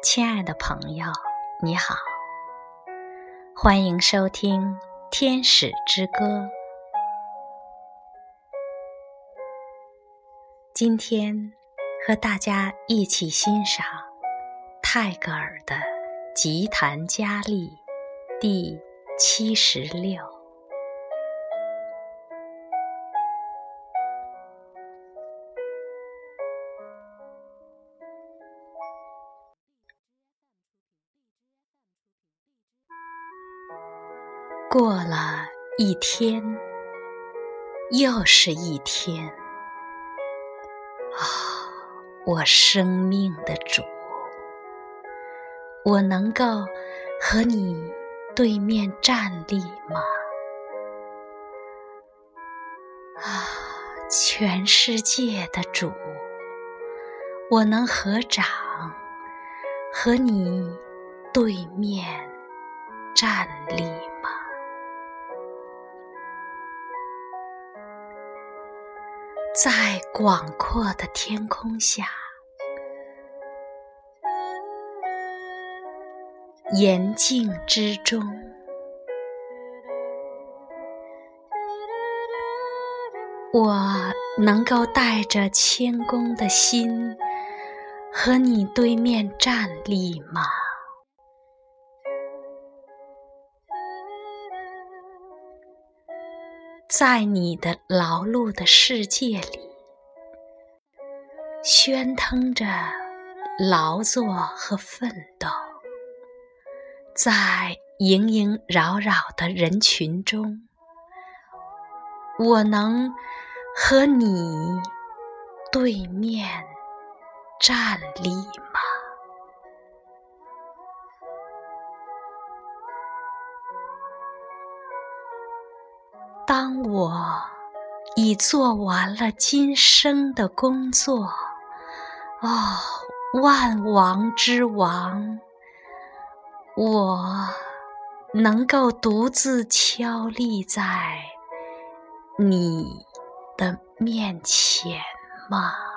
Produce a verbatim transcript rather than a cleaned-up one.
亲爱的朋友，你好，欢迎收听《天使之歌》。今天和大家一起欣赏泰戈尔的《吉檀迦利》第七十六。过了一天，又是一天。啊，我生命的主，我能够和你对面站立吗？啊，全世界的主，我能合掌和你对面站立吗？在广阔的天空下，严静之中，我能够带着谦恭的心和你对面站立吗？在你的劳碌的世界里，喧腾着劳作和奋斗，在萦萦扰扰的人群中，我能和你对面站立吗？当我已做完了今生的工作，哦，万王之王，我能够独自悄立在你的面前吗？